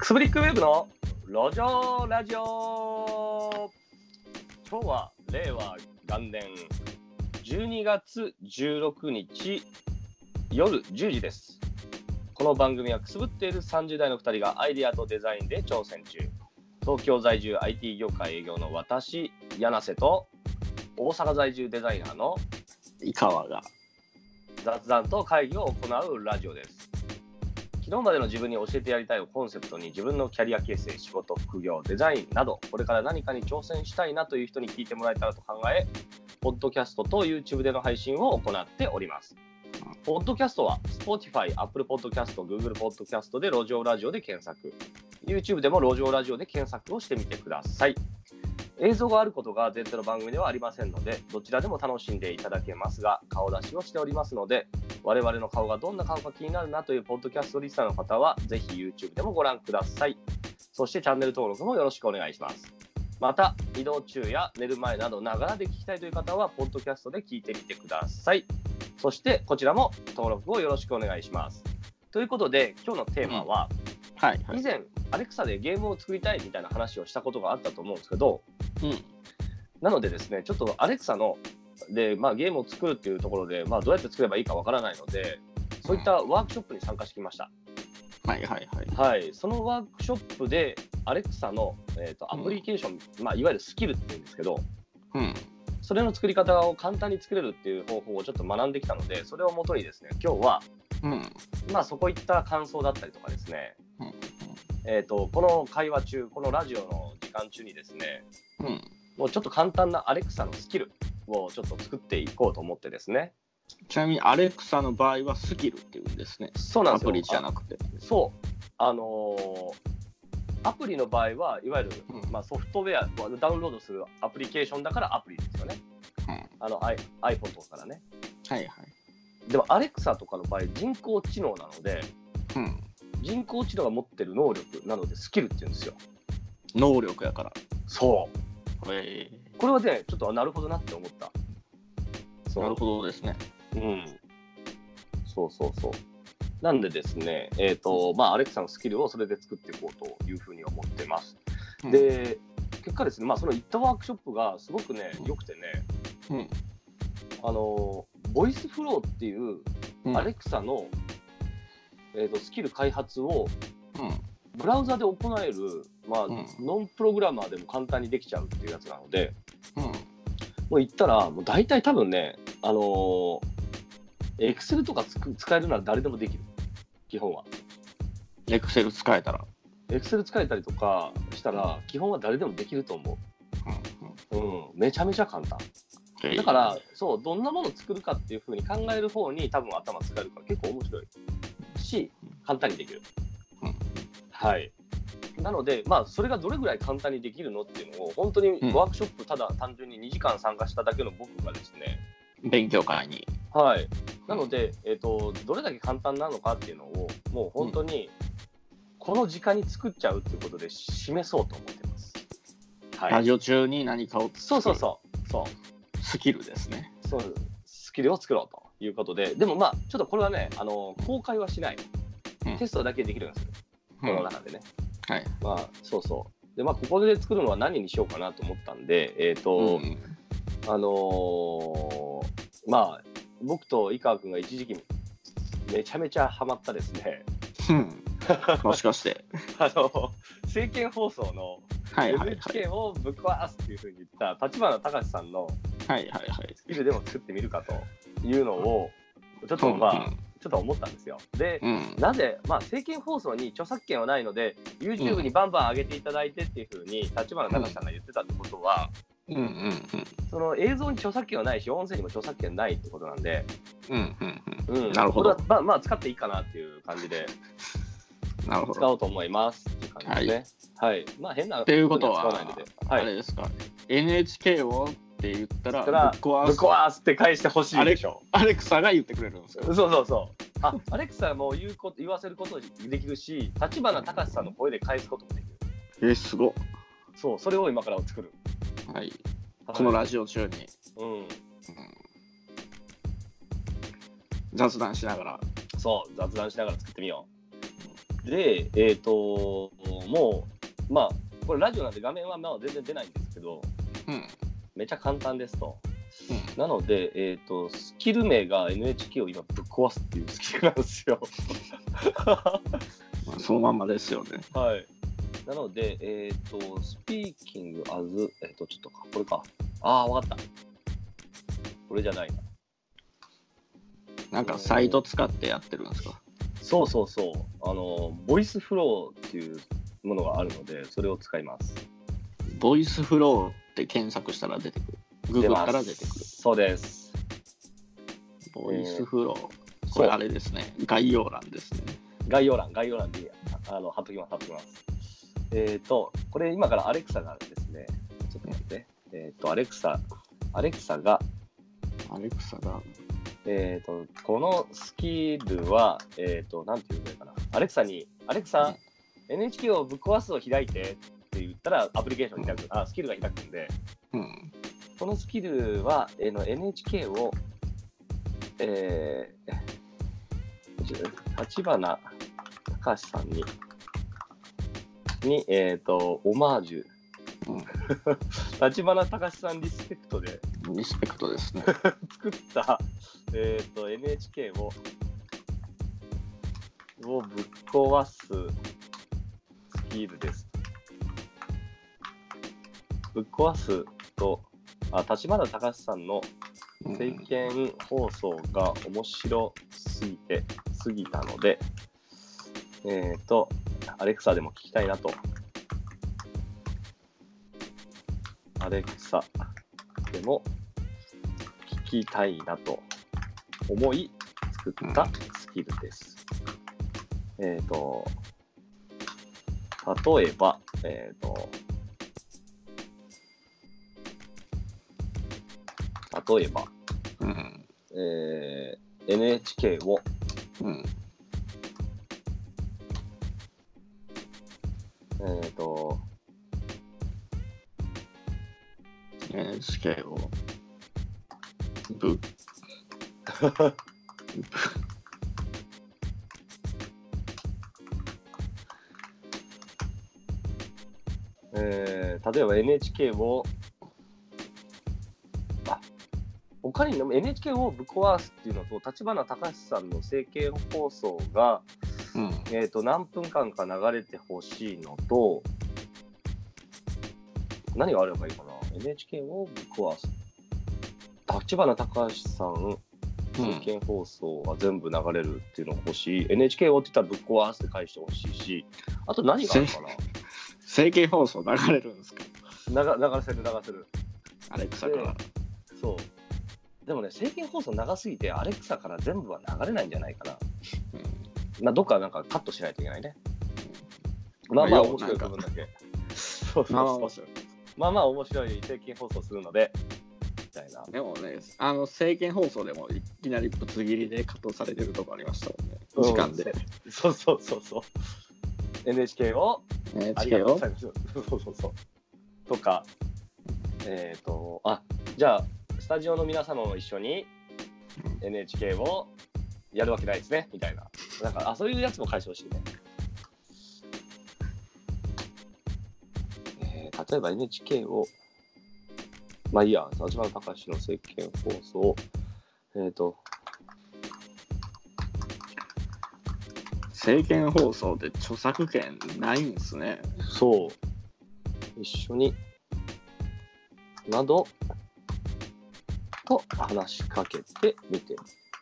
くすぶりックウェブの路上ラジオ。今日は令和元年12月16日夜10時です。この番組はくすぶっている30代の2人がアイデアとデザインで挑戦中。東京在住 IT 業界営業の私柳瀬と大阪在住デザイナーの井川が雑談と会議を行うラジオです。昨日までの自分に教えてやりたいをコンセプトに自分のキャリア形成、仕事、副業、デザインなどこれから何かに挑戦したいなという人に聞いてもらえたらと考え、ポッドキャストと YouTube での配信を行っております。ポッドキャストは Spotify、Apple Podcast、Google Podcast で路上ラジオで検索、YouTube でも路上ラジオで検索をしてみてください。映像があることが前提の番組ではありませんので、どちらでも楽しんでいただけますが、顔出しをしておりますので、我々の顔がどんな顔か気になるなというポッドキャストリスナーの方は、ぜひ YouTube でもご覧ください。そしてチャンネル登録もよろしくお願いします。また、移動中や寝る前など、ながらで聞きたいという方は、ポッドキャストで聞いてみてください。そして、こちらも登録をよろしくお願いします。ということで、今日のテーマは、以前、アレクサでゲームを作りたいみたいな話をしたことがあったと思うんですけど、なのでですね、ちょっとアレクサので、ゲームを作るっていうところで、どうやって作ればいいかわからないので、そういったワークショップに参加してきました。そのワークショップでアレクサの、アプリケーション、いわゆるスキルっていうんですけど、それの作り方を簡単に作れるっていう方法をちょっと学んできたので、それをもとにですね、今日は、そこいった感想だったりとかですね、この会話中、このラジオの時間中にですね、もうちょっと簡単なアレクサのスキルをちょっと作っていこうと思ってですね。 ちなみにアレクサの場合はスキルっていうんですね。 そうなんですよ。 アプリじゃなくて。 そう。アプリの場合はいわゆる、ソフトウェアをダウンロードするアプリケーションだからアプリですよね。iPhone とかからね。でもアレクサとかの場合人工知能なので、人工知能が持ってる能力なのでスキルって言うんですよ。 能力やから。 そう。これはね、ちょっとなるほどなって思った。 なるほどですね。 そう。なんでですね、アレクサのスキルをそれで作っていこうというふうに思ってます。で、結果ですね、その行ったワークショップがすごくね、良くてね、ボイスフローっていうアレクサの、スキル開発を、ブラウザで行える、ノンプログラマーでも簡単にできちゃうっていうやつなので、もう言ったら、もう大体多分ね、Excel とか使えるなら誰でもできる。基本は。 Excel 使えたら。 Excel 使えたりとかしたら、基本は誰でもできると思う。めちゃめちゃ簡単。だから、そう、どんなものを作るかっていう風に考える方に多分頭使えるから結構面白いし、簡単にできる。なので、それがどれぐらい簡単にできるのっていうのを、本当にワークショップ、ただ単純に2時間参加しただけの僕がですね、 勉強会に。 なので、どれだけ簡単なのかっていうのを、もう本当に、この時間に作っちゃうっていうことで示そうと思ってます。 ラジオ中に何かをそう。 スキルですね。 そう、スキルを作ろうということで、でもちょっとこれはね、公開はしない。テストだけできるんですよ。この中でね。で、ここで作るのは何にしようかなと思ったんで、僕と井川君が一時期めちゃめちゃハマったですね。 もしかして政見放送の NHK をぶっ壊すっていうふうに言った立花隆さんのスキルでも作ってみるかというのをちょっと思ったんですよ。で、なぜ、政見放送に著作権はないので YouTube にバンバン上げていただいてっていうふうに立花隆さんが言ってたってことは、その映像に著作権はないし音声にも著作権ないってことなんで、 なるほど。 これは使っていいかなっていう感じで使おうと思いますっていう感じですね。変なっていうことは使わないので、 あれですか、NHK をって言ったらぶっ壊すって返してほしいでしょ。 アレクサが言ってくれるんですか。 そうアレクサも言わせることできるし、立花隆さんの声で返すこともできる。 すごっ。 そう、それを今から作る。 このラジオ中に、雑談しながら作ってみよう。で、 もう、まあ、これラジオなんで画面はまあ全然出ないんですけど、 うん。 めちゃ簡単ですと。 うん。 なので、スキル名が NHK を今ぶっ壊すっていうスキルなんですよ。 まあ、そのまんまですよね。 はい。なので、スピーキング as、ちょっとか、これか。ああ、わかった。これじゃないな。 なんかサイト使ってやってるんですか？ そうそうそう。ボイスフローっていうものがあるので、それを使います。 ボイスフローって検索したら出てくる。ググったら出てくる。 そうです。 ボイスフロー。これあれですね。概要欄ですね。 概要欄で貼っときます。これ今からアレクサがですね、ちょっと待って。アレクサが、このスキルは、なんて言うんだかな。アレクサ、NHK をぶっ壊すを開いてって言ったらアプリケーション開く、スキルが開くんで、 うん。 このスキルは、NHK を、立花隆さんに、オマージュ。立花隆さんリスペクトでリスペクトですね。 作った、NHK をぶっ壊すスキルです。ぶっ壊すと、立花隆さんの政見放送が面白すぎたので、アレクサでも聞きたいなと。アレクサでも聞きたいなと思い作ったスキルです。例えば、NHK を、 NHK をぶ例えば NHK を他に NHK をぶっ壊すっていうのと、立花隆さんの政見放送が、何分間か流れてほしいのと、何があればいいかな。NHK をぶっ壊す。立花隆さん政見放送が全部流れるっていうのが欲しい。NHK をって言ったらぶっ壊すって返してほしいし、あと何があるかな。 政見放送流れるんですか？ 流せる。 アレクサから。 そう。でもね、政見放送長すぎて、アレクサから全部は流れないんじゃないかな。まあ、どっかなんかカットしないといけないね。まあまあ面白い部分だけ。まあまあ面白い政見放送するので、みたいな。 でもね、政見放送でもいきなりぶつ切りでカットされてるとこありましたもんね。時間で。 そう。NHK を。とか、じゃあ、スタジオの皆様も一緒に NHK をやるわけないですね、みたいな。なんか、そういうやつも返してほしいね。例えば NHK を、まあいいや、立花隆の政見放送、 政見放送で著作権ないんですね。 そう。一緒に、など、と話しかけてみて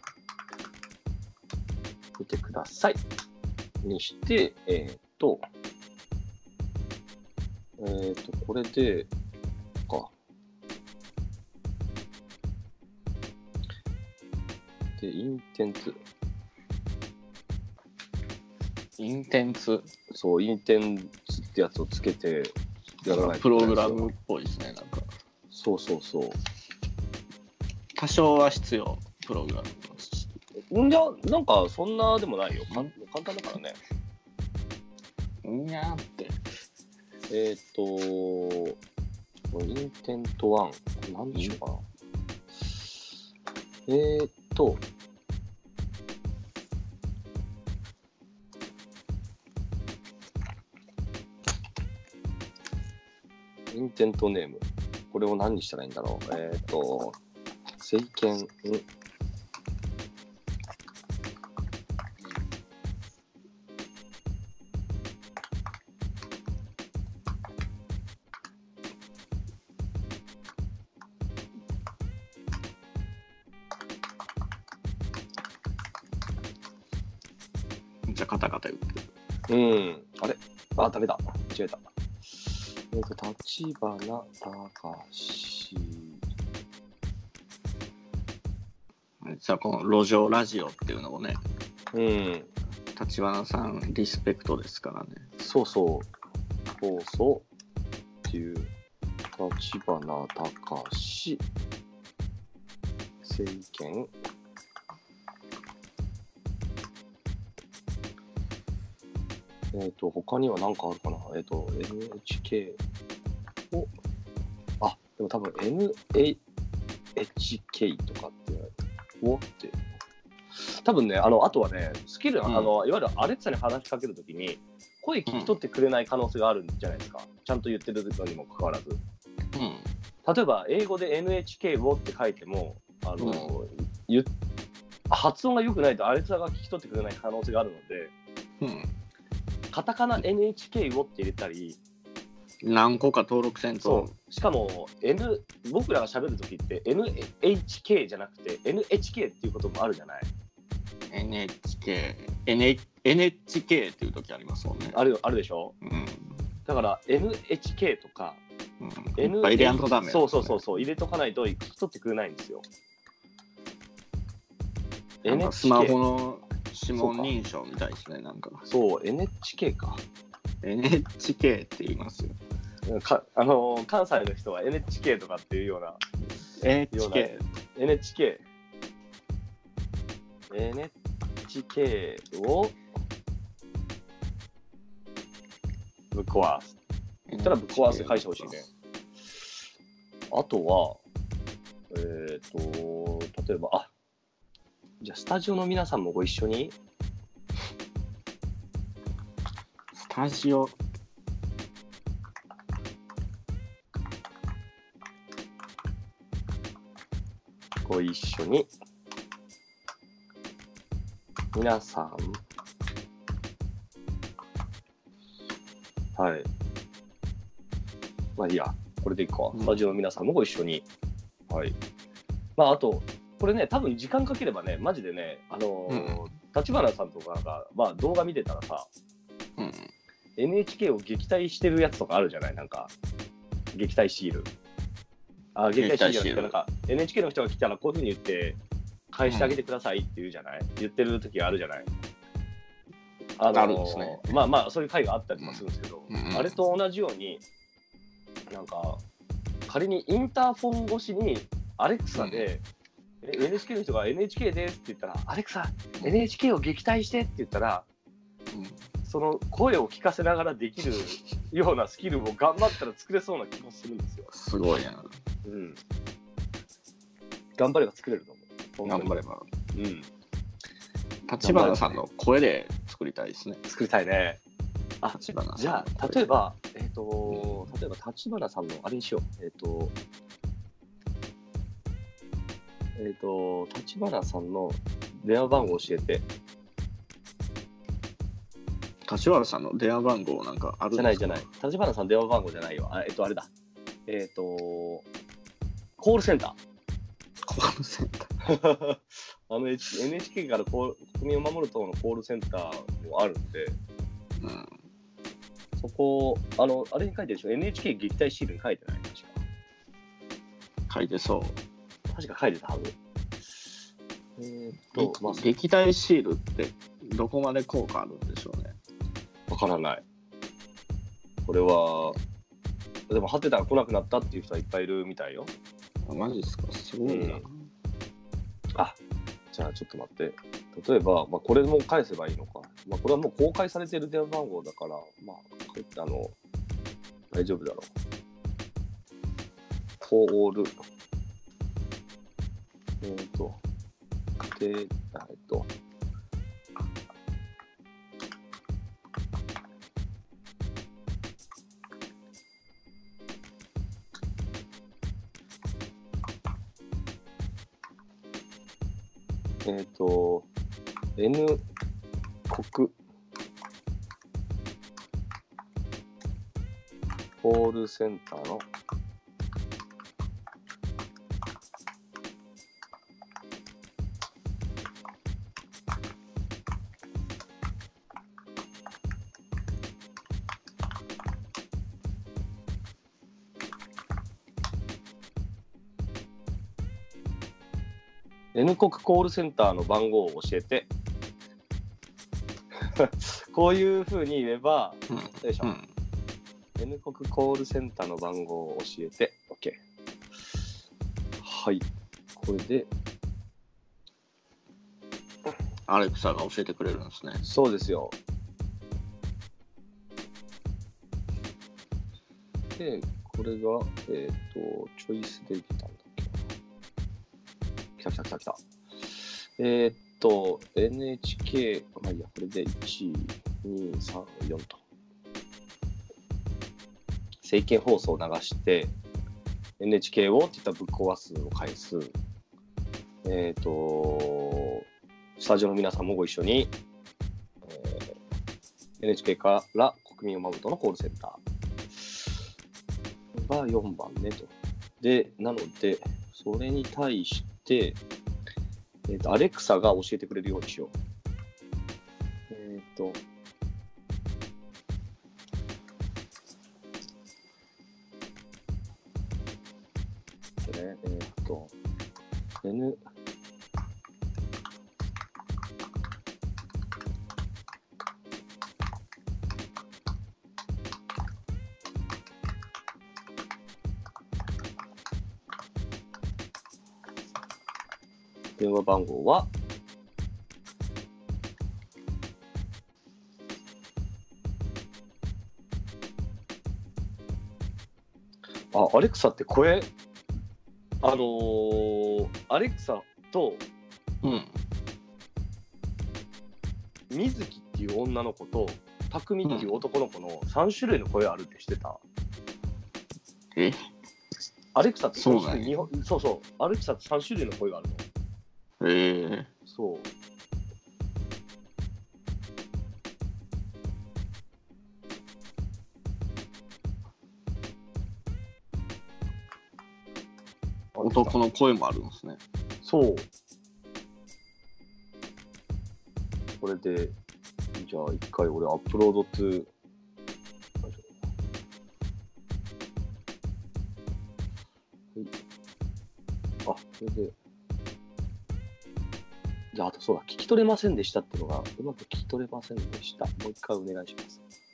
ください。にして、これで、で、インテンツ。そう、インテンツってやつをつけてやらないと。 プログラムっぽいですね、なんか。 そう。 多少は必要、プログラム。 じゃあ、なんかそんなでもないよ。簡単だからね。 にゃーって。 インテント1。何でしょうかな。 インテントネーム。これを何にしたらいいんだろう。政権、 じゃあカタカタ言ってる。 あれダメだ。間違えた。立花隆。 じゃあこの路上ラジオっていうのをね、立花さんリスペクトですからね。 そうっていう立花隆政権。他には何かあるかな。NHK を、でも多分 NHK とかってをって多分ね、あとはね、スキル、いわゆるアレクサに話しかけるときに声聞き取ってくれない可能性があるんじゃないですか。ちゃんと言ってるのにもかかわらず、例えば英語で NHK をって書いても発音が良くないとアレクサが聞き取ってくれない可能性があるので、カタカナ NHK をって入れたり、 何個か登録せんと。 しかも、僕らが喋るときって NHK じゃなくて NHK っていうこともあるじゃない。 NHK っていう時ありますもんね。 あるでしょ、だから NHK とか、 いっぱい入れやんとダメ、ね、 そう入れとかないと聞き取ってくれないんですよ。 スマホの指紋認証みたいですね。なんかそう NHK か NHK って言いますよ。 関西の人は NHK とかっていうような NHK をぶっ壊す。言ったらぶっ壊す返してほしいね。あとは例えばじゃあスタジオの皆さんもご一緒に。 スタジオご一緒に皆さん、はい、まあいいや、これでいくか。スタジオの皆さんもご一緒に、はい。まああとこれね、多分時間かければね、マジでね、立花さんとかが、まあ、動画見てたらさ、NHK を撃退してるやつとかあるじゃない。なんか撃退シール、撃退シールなんか NHK の人が来たらこういうふうに言って返してあげてくださいって言うじゃない、言ってる時があるじゃない。 あるんですね。 まあそういう回があったりとかするんですけど、あれと同じようになんか仮にインターフォン越しにアレクサで、NHK の人が NHK ですって言ったら、アレクサ NHK を撃退してって言ったら、その声を聞かせながらできるようなスキルを頑張ったら作れそうな気もするんですよ。 すごいな。 頑張れば作れると思う。 頑張れば。 立花さんの声で作りたいですね。 作りたいね。じゃあ例えば立花さんのあれにしよう。立花さんの電話番号教えて。 立花さんの電話番号なんかあるんですか？ じゃない。立花さん電話番号じゃないよ。あれだ。コールセンター。 コールセンター。 NHK から国民を守る党のコールセンターもあるんで、そこあれに書いてるでしょ。NHK 撃退シールに書いてない？確か。 書いてそう。 確か書いてたはず。 撃退シールってどこまで効果あるんでしょうね。 わからない。これはでも貼ってたら来なくなったっていう人はいっぱいいるみたいよ。 マジですか？すごいな。 じゃあちょっと待って。例えば、これも返せばいいのか。これはもう公開されている電話番号だから、大丈夫だろう。コール。 N 国コールセンターのN 国コールセンターの番号を教えてこういうふうに言えば、よいしょ、N 国コールセンターの番号を教えて OK。 はい、これでアレクサが教えてくれるんですね。 そうですよ。でこれがチョイスできたんだっけ。来た。NHK、まあいいや、これで1、2、3、4と。政見放送を流して、NHK をっていったらぶっ壊すの回数。スタジオの皆さんもご一緒に、NHK から国民を守るとのコールセンターが4番ねと。で、なので、それに対して、アレクサが教えてくれるようにしよう。N電話番号はアレクサって声アレクサと、水木っていう女の子と匠っていう男の子の3種類の声あるって知ってた？アレクサってそうアレクサって3種類の声があるの。そう。 男の声もあるんですね。 そう。これで、じゃあ一回俺アップロードトゥこれで。じゃあ、あとそうだ、聞き取れませんでしたっていうのが、うまく聞き取れませんでした。もう一回お願いします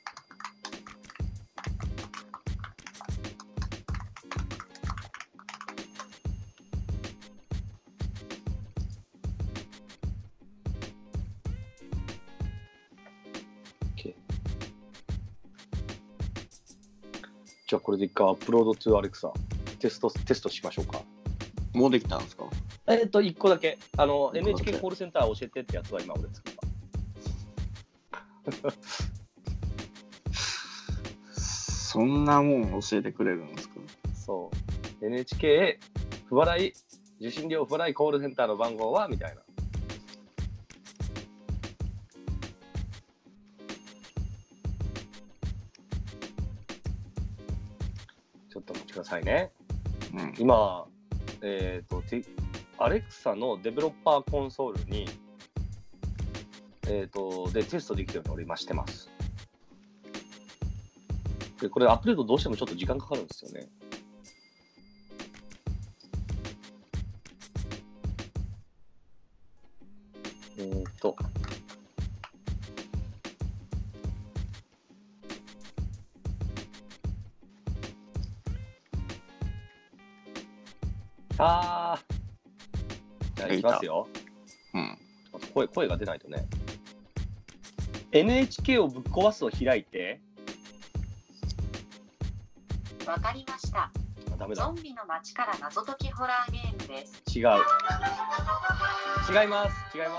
。OK。じゃあ、これで一回アップロードトゥアレクサ、テストしましょうか。 もうできたんですか ？1個だけ。NHK コールセンター教えてってやつは今俺作った。 そんなもん教えてくれるんですか？ そう。NHK 不払い、受信料不払いコールセンターの番号はみたいな。ちょっとお待ちくださいね。今、アレクサのデベロッパーコンソールに、でテストできるように俺今してます。で、これアップデートどうしてもちょっと時間かかるんですよね。じゃあいきますよ。声が出ないとね。NHK をぶっ壊すを開いて。 わかりました。 ダメだ。 ゾンビの街から謎解きホラーゲームです。 違います。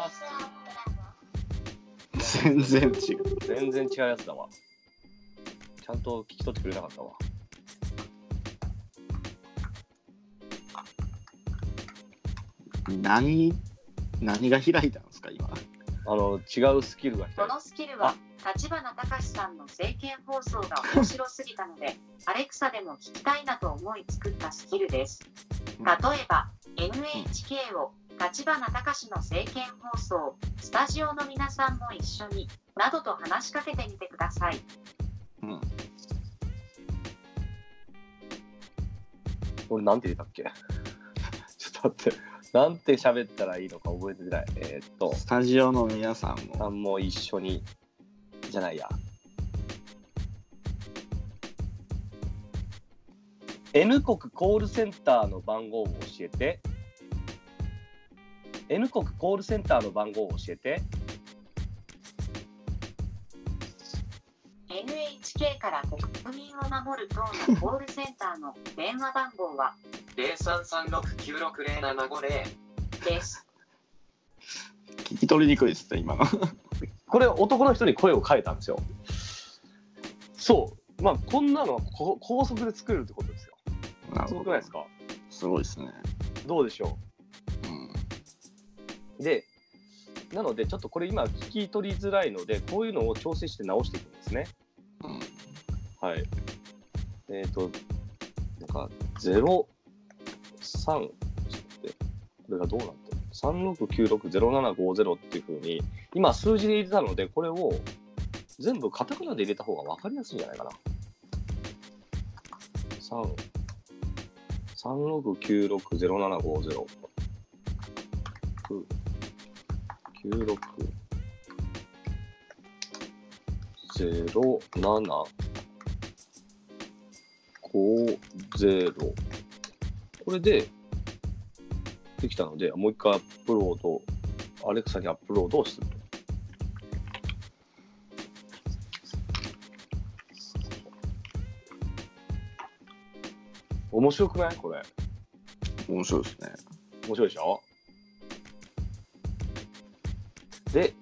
全然違う。 全然違うやつだわ。ちゃんと聞き取ってくれなかったわ。 何何が開いたんですか今。 違うスキルがこのスキルは立花隆さんの政見放送が面白すぎたのでアレクサでも聞きたいなと思い作ったスキルです。例えば NHK を立花隆の政見放送スタジオの皆さんも一緒になどと話しかけてみてください。 俺なんて言ったっけちょっと待って、なんて喋ったらいいのか覚えてない。 スタジオの皆さんも一緒にじゃないや。N 国コールセンターの番号を教えて。N 国コールセンターの番号を教えて。 NHK から国民を守る党のコールセンターの電話番号は 0336960750 です。 聞き取りにくいですね今の。 これ男の人に声を変えたんですよ。そう、まあこんなのは高速で作れるってことですよ。すごくないですか。 すごいですね。 どうでしょう。で、なのでちょっとこれ今聞き取りづらいのでこういうのを調整して直していくんですね。はい。なんか03、これがどうなってる？36960750っていう風に今数字で入れたのでこれを全部カタカナで入れた方が分かりやすいんじゃないかな。36960750 960750これでできたのでもう一回アップロードアレクサにアップロードをすると。面白くないこれ。 面白いですね。 面白いでしょ。で、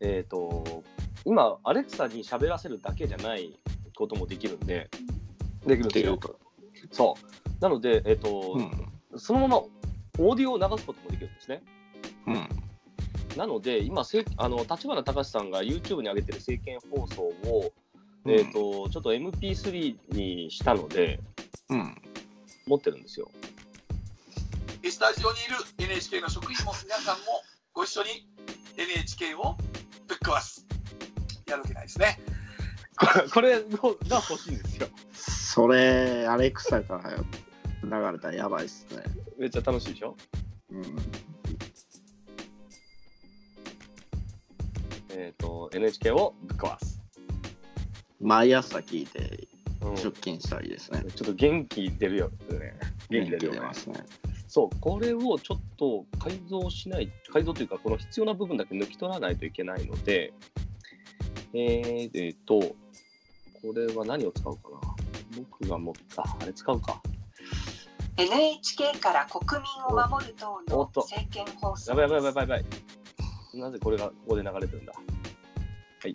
今アレクサに喋らせるだけじゃないこともできるんで、できるんですよ。そう。なので、そのままオーディオを流すこともできるんですね。なので今立花隆さんが YouTube に上げてる政見放送を、ちょっと MP3 にしたので、持ってるんですよ。 スタジオにいる NHK の職員も皆さんもご一緒に NHK をぶっ壊すやるわけないですね。 これが欲しいんですよ。 それアレクサから流れたらやばいっすね。 めっちゃ楽しいでしょ。NHK をぶっ壊す。 毎朝聞いて出勤したりですね。 ちょっと元気出るよね。元気出ますね。そう、これをちょっと改造というかこの必要な部分だけ抜き取らないといけないので、これは何を使うかな。僕が持ったあれ使うか。 NHK から国民を守る党の政見放送。 やばい。なぜこれがここで流れてるんだ。はい。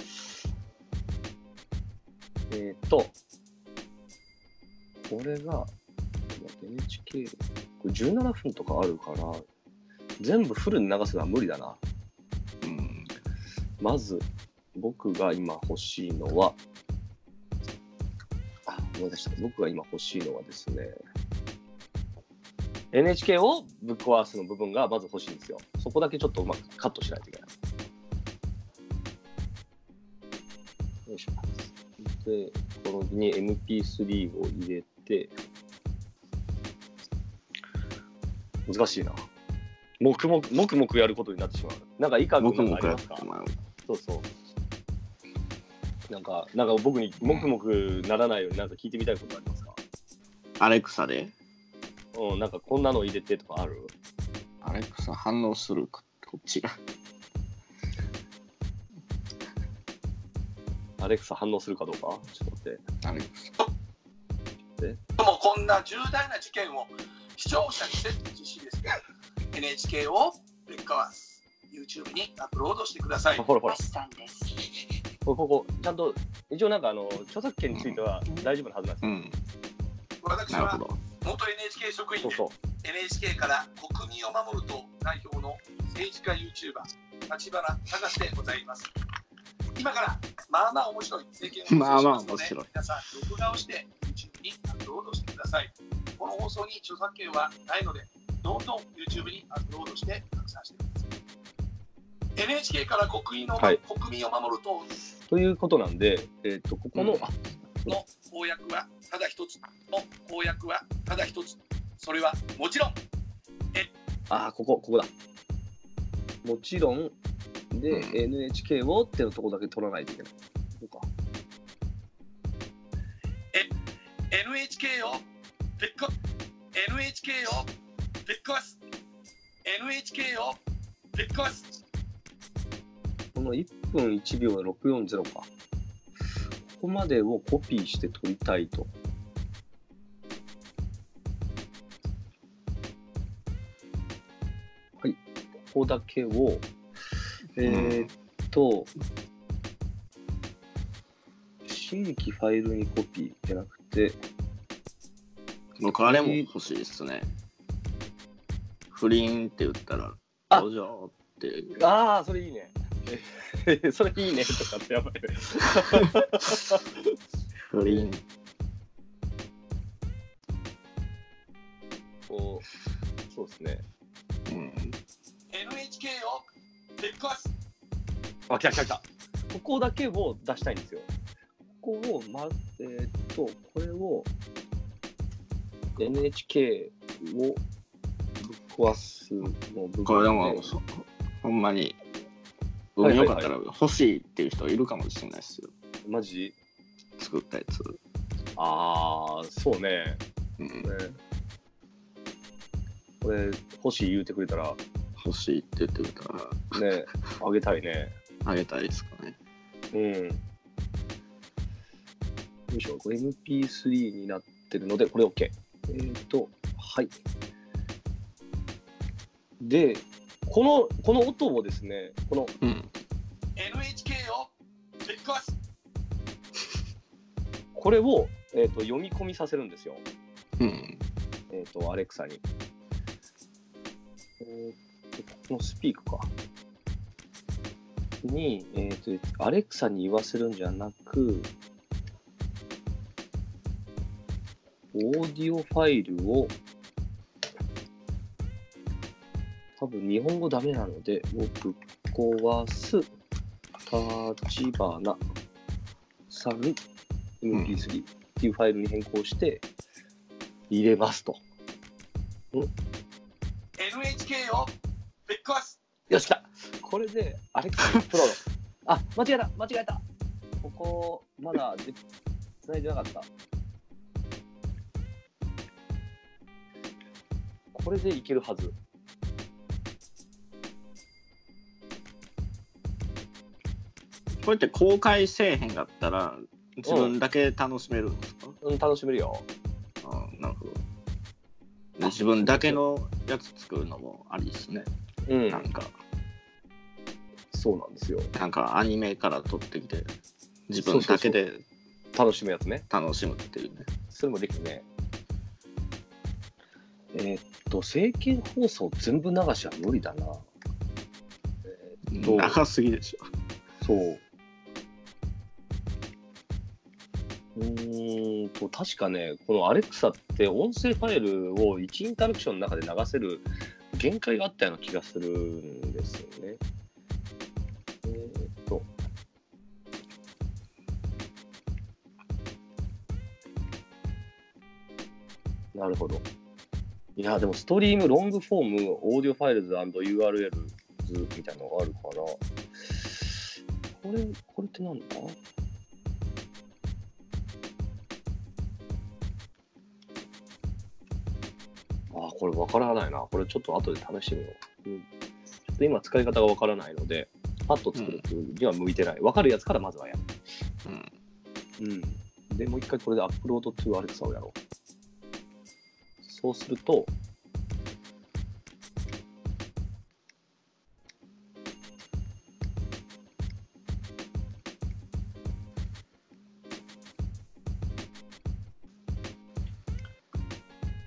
これが NHK これ17分とかあるから全部フルに流すのは無理だな。まず僕が今欲しいのは思い出した。僕が今欲しいのはですね NHK をぶっ壊すの部分がまず欲しいんですよ。そこだけちょっとうまくカットしないといけない。よいしょ。で、この時に MP3 を入れて、難しいな。黙々やることになってしまう。なんかいいか君なんかありますか？そう。なんか僕に黙々ならないようになんか聞いてみたいことありますか？ アレクサで？ なんかこんなの入れてとかある？ アレクサ反応するかこっちが。 アレクサ反応するかどうかちょっと待って。 アレクサ。 でもこんな重大な事件を視聴者に設置しですね、NHK をぶっ壊す YouTube にアップロードしてください。 ほら。 橋さんです。 こちゃんと一応なんか著作権については大丈夫なはずなんですよ。 私は元 NHK 職員で、 そう NHK から国民を守る党代表の政治家 YouTuber 立花隆でございます。今からまあまあ面白い政見を放送しますので、皆さん録画をして YouTube にアップロードしてください。この放送に著作権はないので、どんどん YouTube にアップロードして拡散してください。NHK から国民を守る党ということなんで、ここの、 の公約はただ一つの公約はただ一つ。それはもちろんここだ。もちろんで、NHK をっていうところだけ取らないといけない。こうか。 NHK をぶっ壊す NHK をぶっ壊す NHK をぶっ壊す。 この1分1秒640か。ここまでをコピーして取りたいと。はい。ここだけを、新規ファイルにコピーじゃなくて、 僕あれも欲しいですね。不倫って言ったら、どうじゃっていう。 それいいね。それいいねとかってやばいね。 不倫。 そうですね。 NHK をぶっ壊す。 来た。ここだけを出したいんですよ。ここを、これを NHK をぶっ壊すの部分で。 これでも、ほんまに、運よかったら欲しいっていう人いるかもしれないですよ。 マジ？ 作ったやつ。 そうね。これ、欲しい言うてくれたら。 欲しいって言ってくれたら。 ね、あげたいね。 あげたいですかね。 よいしょ、これ MP3 になってるので、これ OK。はい。で、この音をですね、 NHK をぶっ壊す。 これを、読み込みさせるんですよ。アレクサに。このスピークか。に、アレクサに言わせるんじゃなく、オーディオファイルを、多分日本語ダメなので、ぶっ壊す、立花さん MP3 っていうファイルに変更して、入れますと。 NHK をぶっ壊す。 よし、来た。これで、アレクサにプロの。間違えた。ここ、まだ繋いでなかった。これでいけるはず。 これって公開せえへんかったら、自分だけ楽しめるんですか？ 楽しめるよ。 なるほど。で自分だけのやつ作るのもありですね。なんか。 そうなんですよ。 なんかアニメから撮ってきて、自分だけで楽しむやつね。 楽しむっていうね。 それもできるね。政見放送全部流しは無理だな。 長すぎでしょ。 そう。確かね、このアレクサって音声ファイルを1インタラクションの中で流せる限界があったような気がするんですよね。なるほど。いや、でもストリーム、ロングフォーム、オーディオファイルズ &URL ズみたいなのがあるかな。これって何だ？これ分からないな。これちょっと後で試してみよう。ちょっと今使い方が分からないので、パッと作るには向いてない。分かるやつからまずはやる。で、もう一回これでアップロードトゥアレクサをやろう。そうすると、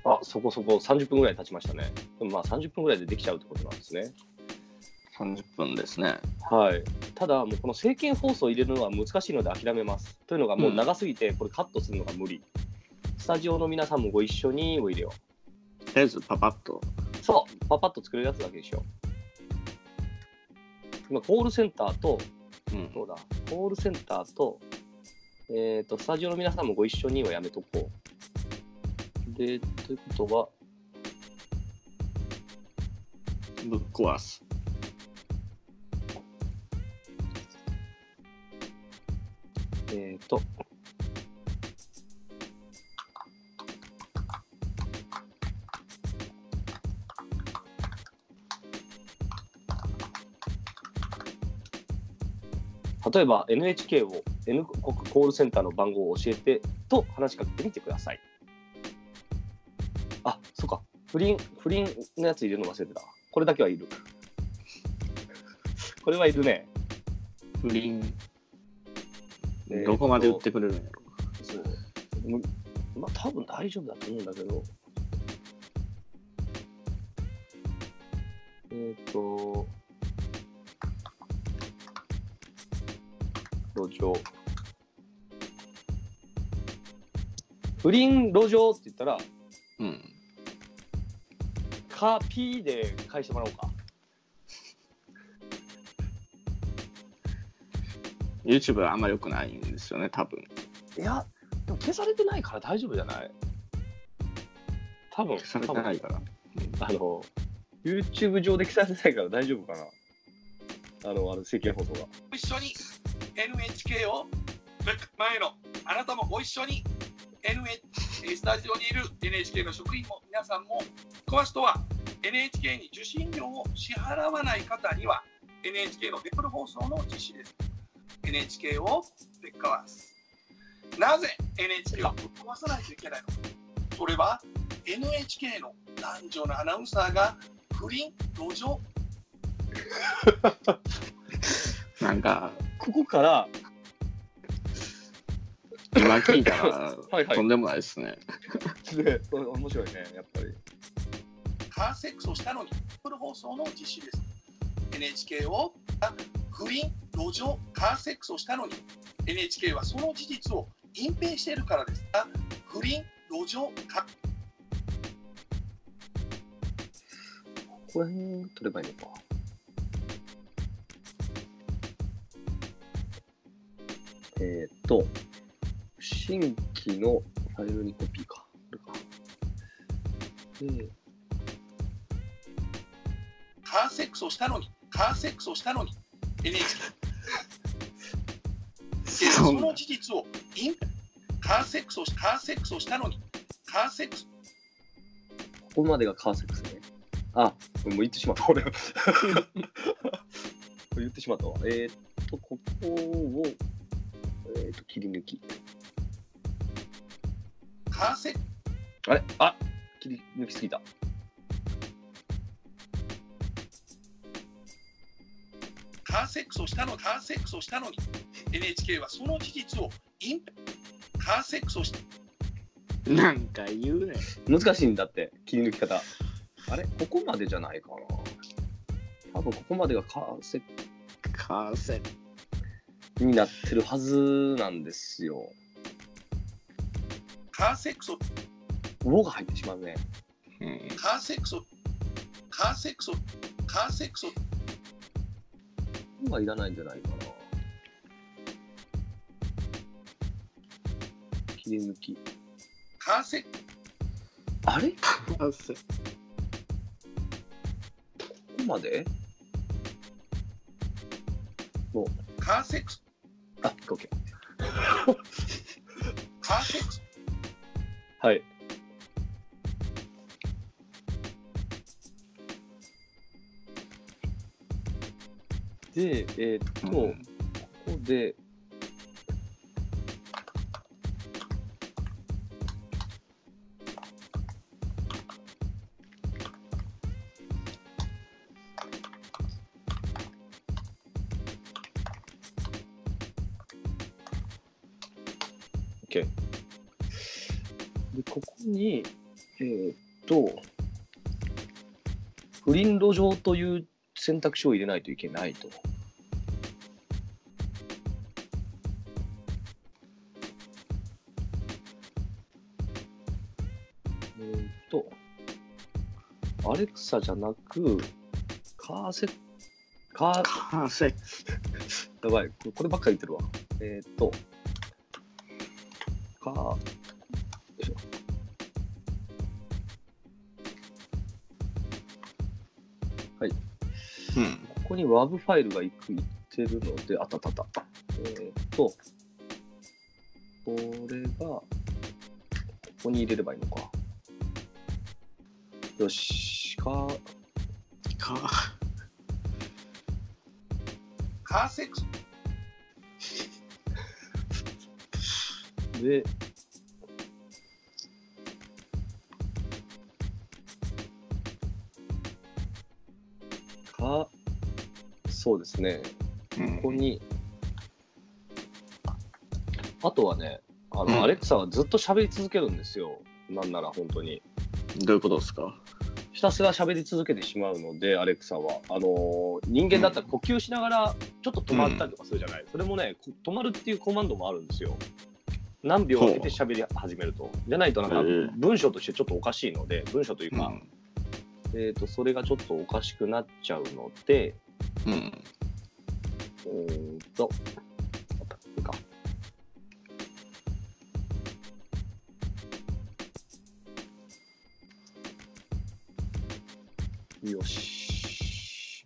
あ、そこそこ30分ぐらい経ちましたね。でもまあ30分ぐらいでできちゃうってことなんですね。 30分ですね。 はい。ただ、もうこの政見放送を入れるのは難しいので諦めます。というのがもう長すぎて、これカットするのが無理。スタジオの皆さんもご一緒にを入れよう。 とりあえずパパッと。 そう、パパッと作れるやつだけにしよう。今、コールセンターと、どうだ、コールセンターと、スタジオの皆さんもご一緒にはやめとこう。で、ということは、 ぶっ壊す。 例えば NHK を N 国コールセンターの番号を教えてと話しかけてみてください。あ、そうか。不倫のやつ入れるの忘れてた。これだけはいる。これはいるね。 不倫。どこまで売ってくれるんやろ。 そう。まあ多分大丈夫だと思うんだけど。路上。不倫路上って言ったら、か P で返してもらおうか。 YouTube はあんま良くないんですよね、多分。 いや、でも消されてないから大丈夫じゃない？多分消されてないから。 YouTube 上で消されてないから大丈夫かな。政見放送が。 一緒に NHK を前のあなたもご一緒に スタジオにいる NHK の職員も皆さんも詳しとは NHK に受信料を支払わない方には NHK のデブル放送の実施です。 NHK をぶっ壊す。なぜ NHK をぶっ壊さないといけないのか。それは NHK の男女のアナウンサーが不倫路上なんかここから今聞いたらはい、はい、 とんでもないですね。 面白いね、やっぱり。 カーセックスをしたのにフル放送の実施です。 NHK を不倫路上カーセックスをしたのに NHK はその事実を隠蔽しているからです。不倫路上カこれ取ればいいのか。新規のファイルにコピーか。これか。 カーセックスをしたのに NHK その事実をカーセックスをしたのにカーセックスここまでがカーセックスね。あ、もう言ってしまった俺。言ってしまったわ。ここを切り抜き。 カーセックス。あれ？あ、切り抜きすぎた。 カーセックスをしたのに NHK はその事実をカーセックスをしたなんか言うね。 難しいんだって切り抜き方。あれここまでじゃないかな。多分ここまでがカーセになってるはずなんですよ。 カーセックスをウォが入ってしまうね。 カーセックスをウォがいらないんじゃないかな。切り抜き。 カーセックスあれカーセここまでもうカーセックスあ、OK。 カーセックスはい。で、ここで、OK。で、ここに、 不倫路上という選択肢を入れないといけないと。アレクサじゃなく、カーセやばい、こればっかり言ってるわ。よいしょ。はい。ここに WAV ファイルがいってるので、あった。これが、ここに入れればいいのか。よし、 カーセックスで、そうですね、ここに、あとはね、アレクサはずっと喋り続けるんですよ。なんなら本当に。 どういうことですか？ ひたすら喋り続けてしまうので、アレクサは。人間だったら呼吸しながらちょっと止まったりとかするじゃない。それもね、止まるっていうコマンドもあるんですよ。何秒空けて喋り始めると。じゃないとなんか文章としてちょっとおかしいので、文章というか、それがちょっとおかしくなっちゃうので、よし。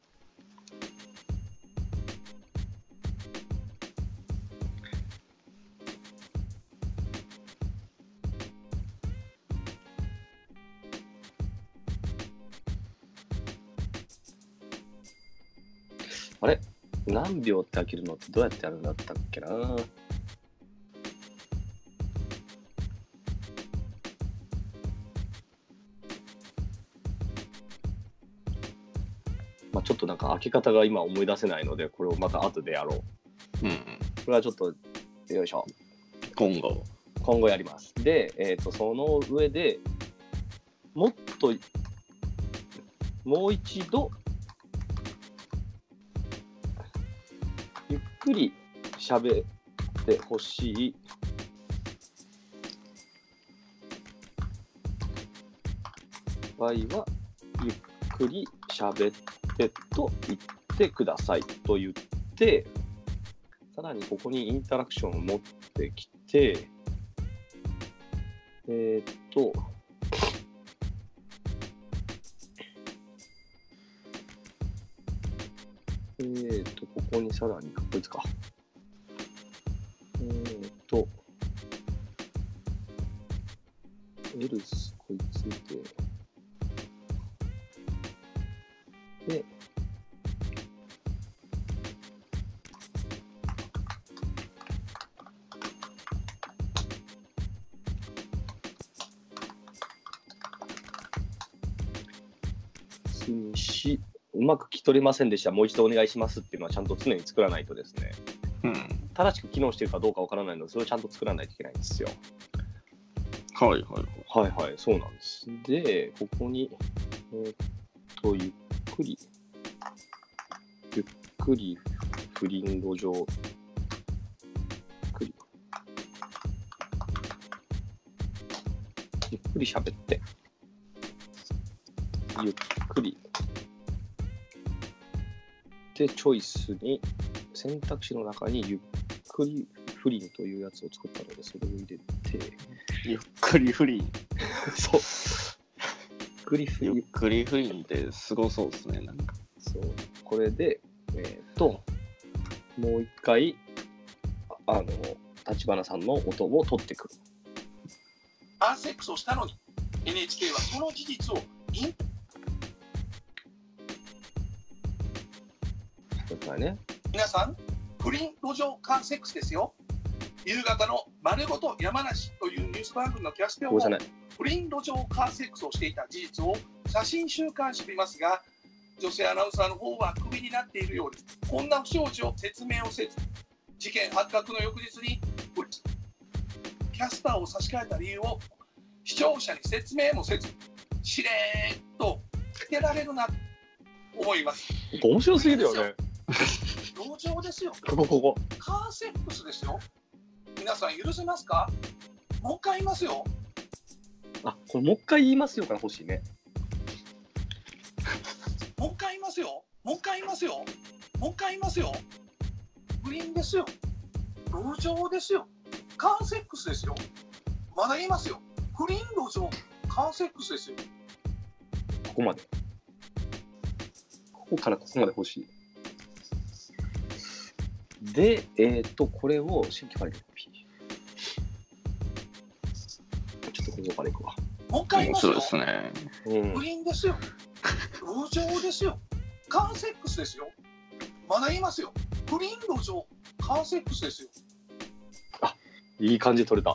あれ？何秒って開けるのってどうやってやるんだったっけな。ちょっとなんか開け方が今思い出せないので、これをまた後でやろう。これはちょっと、よいしょ。今後やります。で、その上でもっと、もう一度、ゆっくり喋ってほしい場合は、ゆっくり喋ってと言ってくださいと言って、さらにここにインタラクションを持ってきて、ここにさらに、こいつか。エルス、こいつで、うまく聞き取れませんでした。もう一度お願いしますっていうのはちゃんと常に作らないとですね。正しく機能しているかどうかわからないので、それをちゃんと作らないといけないんですよ。はい、そうなんです。で、ここに、ゆっくり不倫路上、ゆっくり喋って、ゆっくりでチョイスに選択肢の中にゆっくり不倫というやつを作ったので、それを入れてゆっくり不倫そうゆっくり不倫ってすごそうですね。なんかそうこれでもう一回立花さんの音を取ってくる。 アーセックスをしたのに NHK はその事実を皆さん、不倫路上カーセックスですよ。夕方の丸ごと山梨というニュース番組のキャステオも不倫路上カーセックスをしていた事実を写真週刊誌見ますが、女性アナウンサーの方はクビになっているようです。こんな不祥事を説明をせず、事件発覚の翌日にキャスターを差し替えた理由を視聴者に説明もせずしれーっとつけられるなと思います。 面白すぎるよね。 路上ですよ。 ここカーセックスですよ。皆さん許せますか？もう一回言いますよ。 あ、これもう一回言いますよから欲しいね。 もう一回言いますよ。もう一回言いますよ。もう一回言いますよ。不倫ですよ。路上ですよ。カーセックスですよ。まだ言いますよ。不倫、路上、カーセックスですよ。 ここまで。ここからここまで欲しい。で、これを新規からいく。ちょっとここからいくわ。 もう一回言いますよ。 そうですね。 不倫ですよ。路上ですよ。カーセックスですよ。まだ言いますよ。不倫、路上、カーセックスですよ。 あ、いい感じ取れた。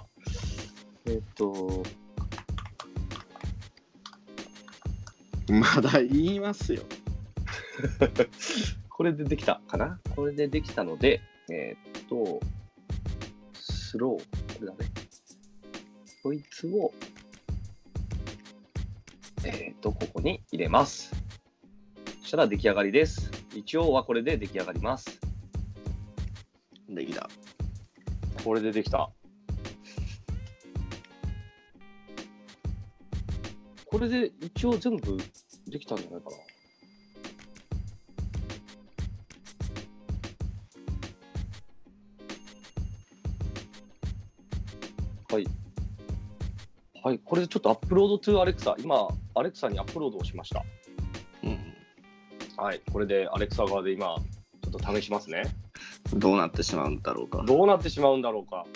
まだ言いますよ。 これでできたかな？これでできたので、スロー、これだね。こいつを、ここに入れます。そしたら出来上がりです。一応はこれで出来上がります。 できた。 これでできた。これで一応全部できたんじゃないかな。はい。はい、これでちょっとアップロードトゥアレクサ。今、アレクサにアップロードをしました。はい、これでアレクサ側で今、ちょっと試しますね。 どうなってしまうんだろうか。 どうなってしまうんだろうか。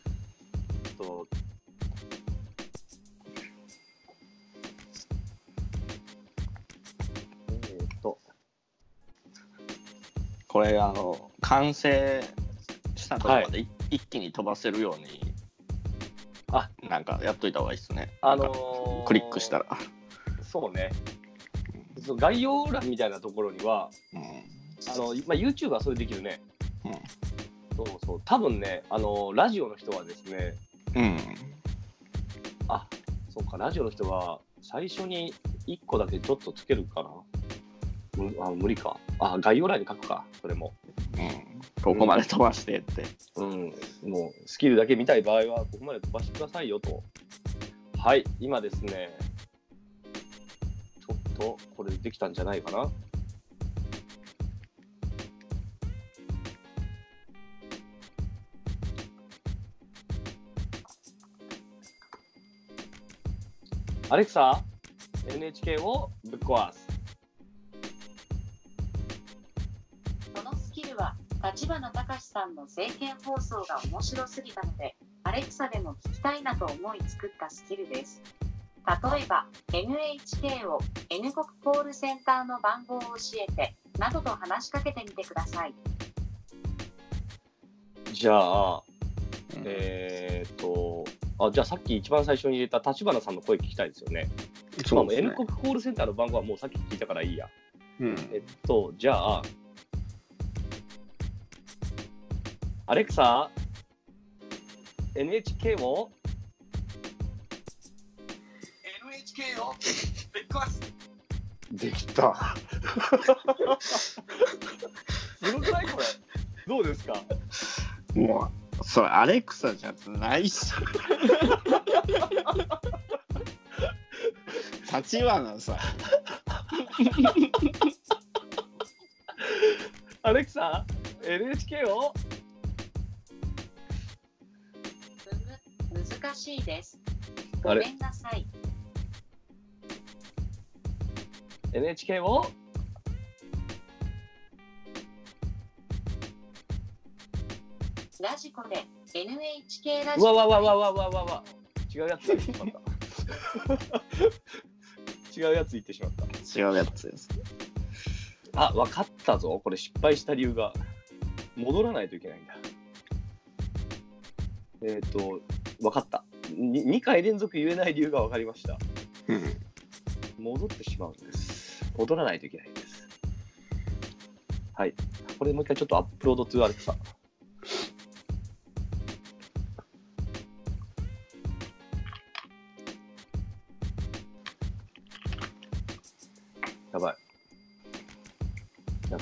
これ完成したところまで一気に飛ばせるように、なんかやっといた方がいいですね。クリックしたら。 そうね。概要欄みたいなところには、YouTube はそれできるね。そう、多分ね、ラジオの人はですね、そうか、ラジオの人は最初に1個だけちょっとつけるかな。無理か。概要欄に書くか、それも。 ここまで飛ばしてって。 もうスキルだけ見たい場合は、ここまで飛ばしてくださいよと。はい、今ですね、ちょっとこれできたんじゃないかな。アレクサ、NHK をぶっ壊す。 このスキルは立花隆さんの政見放送が面白すぎたので、アレクサでも聞きたいなと思い作ったスキルです。例えば NHK を N 国コールセンターの番号を教えてなどと話しかけてみてください。 じゃあ、じゃあさっき一番最初に入れた立花さんの声聞きたいですよね。 そうですね。 N 国コールセンターの番号はもうさっき聞いたからいいや。じゃあ、アレクサ、NHK を NHK をぶっ壊す。 できた。すごくないこれ。どうですか？ もうそれアレクサじゃないし。立花さん。 アレクサ、NHK を難しいです。ごめんなさい。 NHK をラジコで NHK ラジコ。 わ。違うやつ言ってしまった。違うやつ言ってしまった。 違うやつです。 分かったぞ。これ失敗した理由が戻らないといけないんだ。分かった。2回連続言えない理由が分かりました。戻ってしまうんです。戻らないといけないんです。はい。これもう一回ちょっとアップロードトゥアレクサ。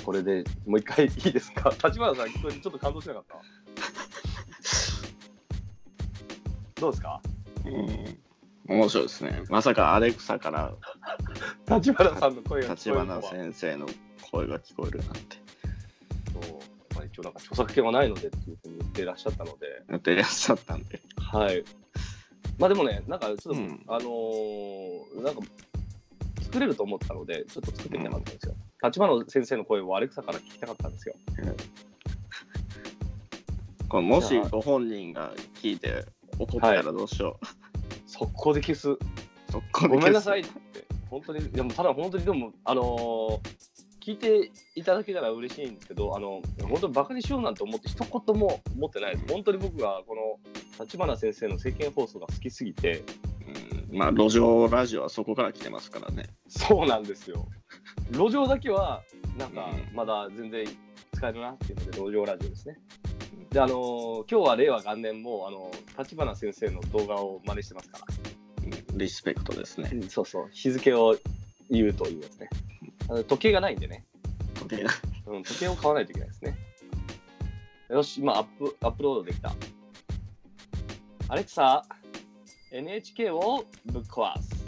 これでもう一回いいですか。立花さん、これちょっと感動しなかったどうですか。 面白いですね。まさかアレクサから立花さんの声が聞こえる。立花先生の声が聞こえるなんて。 そう、一応なんか著作権はないのでっていうふうに言ってらっしゃったので。 言ってらっしゃったんで。 はい。まあでもね、なんかちょっと、なんか作れると思ったので、ちょっと作ってみたかったんですよ。立花先生の声をアレクサから聞きたかったんですよ。 これもしご本人が聞いて怒ったらどうしよう。 速攻で消す。ごめんなさいって。本当に、でもただ本当にでも、聞いていただけたら嬉しいんですけど、本当にバカにしようなんて思って一言も思ってないです。本当に僕がこの立花先生の政見放送が好きすぎて、 まあ路上ラジオはそこから来てますからね。 そうなんですよ。路上だけはなんかまだ全然使えるなっていうので路上ラジオですね。で今日は令和元年も立花先生の動画を真似してますから。 リスペクトですね。 そうそう、日付を言うというやつね。時計がないんでね。時計を買わないといけないですね。よし、今アップロードできた。アレクサ、NHK をぶっ壊す。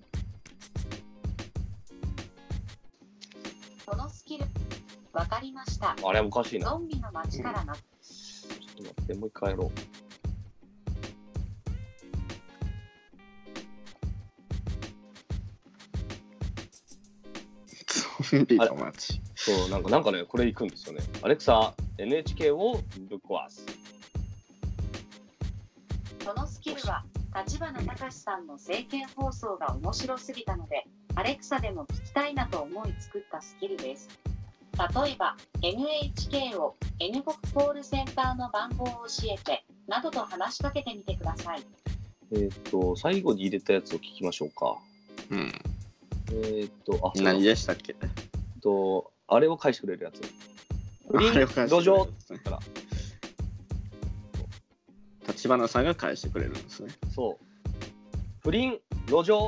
このスキル、わかりました。 あれおかしいな。 ゾンビの街からな。 ちょっと待って、もう一回やろう。 ゾンビの街。 そう、なんかね、これいくんですよね。アレクサ、NHK をぶっ壊す。 このスキルは立花隆さんの政見放送が面白すぎたので、アレクサでも聞きたいなと思い作ったスキルです。例えば、NHK を N 国コールセンターの番号を教えて、などと話しかけてみてください。 最後に入れたやつを聞きましょうか。 何でしたっけ。 あれを返してくれるやつ。不倫路上ってから。 立花さんが返してくれるんですね。 そう。不倫路上。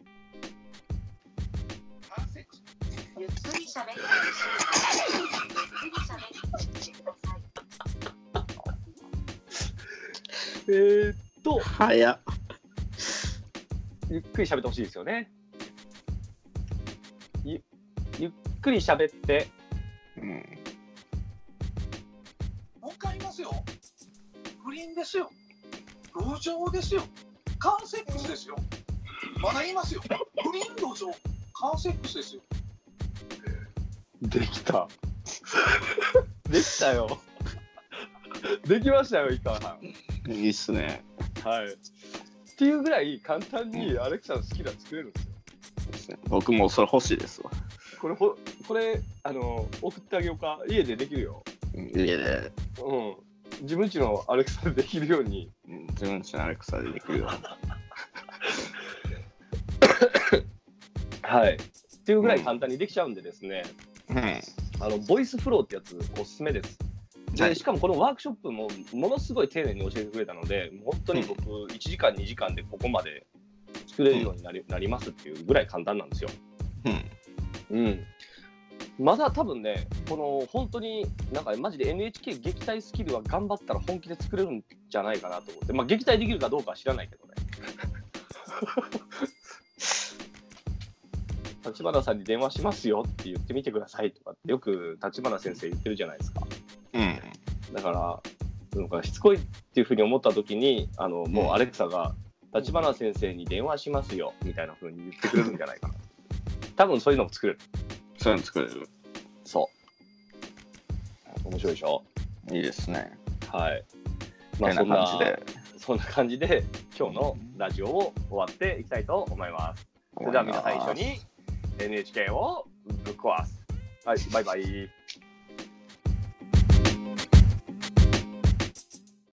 ゆっくり喋ってほしい。ゆっくり喋ってください。 早っ。 ゆっくり喋ってほしいですよね。ゆっくり喋って。 もう一回言いますよ。不倫ですよ。路上ですよ。カーセックスですよ。まだ言いますよ。不倫路上、カーセックスですよ。 できた。できたよ。できましたよ、井川さん。 いいっすね。 はい。っていうぐらい簡単にアレクサのスキルは作れるんですよ。 僕もそれ欲しいですわ。 これ送ってあげようか。家でできるよ。 家で。 自分家のアレクサでできるように。 自分家のアレクサでできるように。 はい。っていうぐらい簡単にできちゃうんでですね。ボイスフローってやつおすすめです。でしかもこのワークショップもものすごい丁寧に教えてくれたので、本当に僕1時間2時間でここまで作れるようになりますっていうぐらい簡単なんですよ。まだ多分ね、この本当になんかマジで NHK 撃退スキルは頑張ったら本気で作れるんじゃないかなと思って、まあ撃退できるかどうかは知らないけどね。立花さんに電話しますよって言ってみてくださいとかってよく立花先生言ってるじゃないですか。だからなんかしつこいっていうふうに思った時にもうアレクサが立花先生に電話しますよみたいなふうに言ってくれるんじゃないかな。多分そういうのも作れる。 そういうの作れる。 そう。面白いでしょ。 いいですね。 はい。 まあそんな感じで今日のラジオを終わっていきたいと思います。それでは皆さん一緒に NHK をぶっ壊す。はい、バイバイ。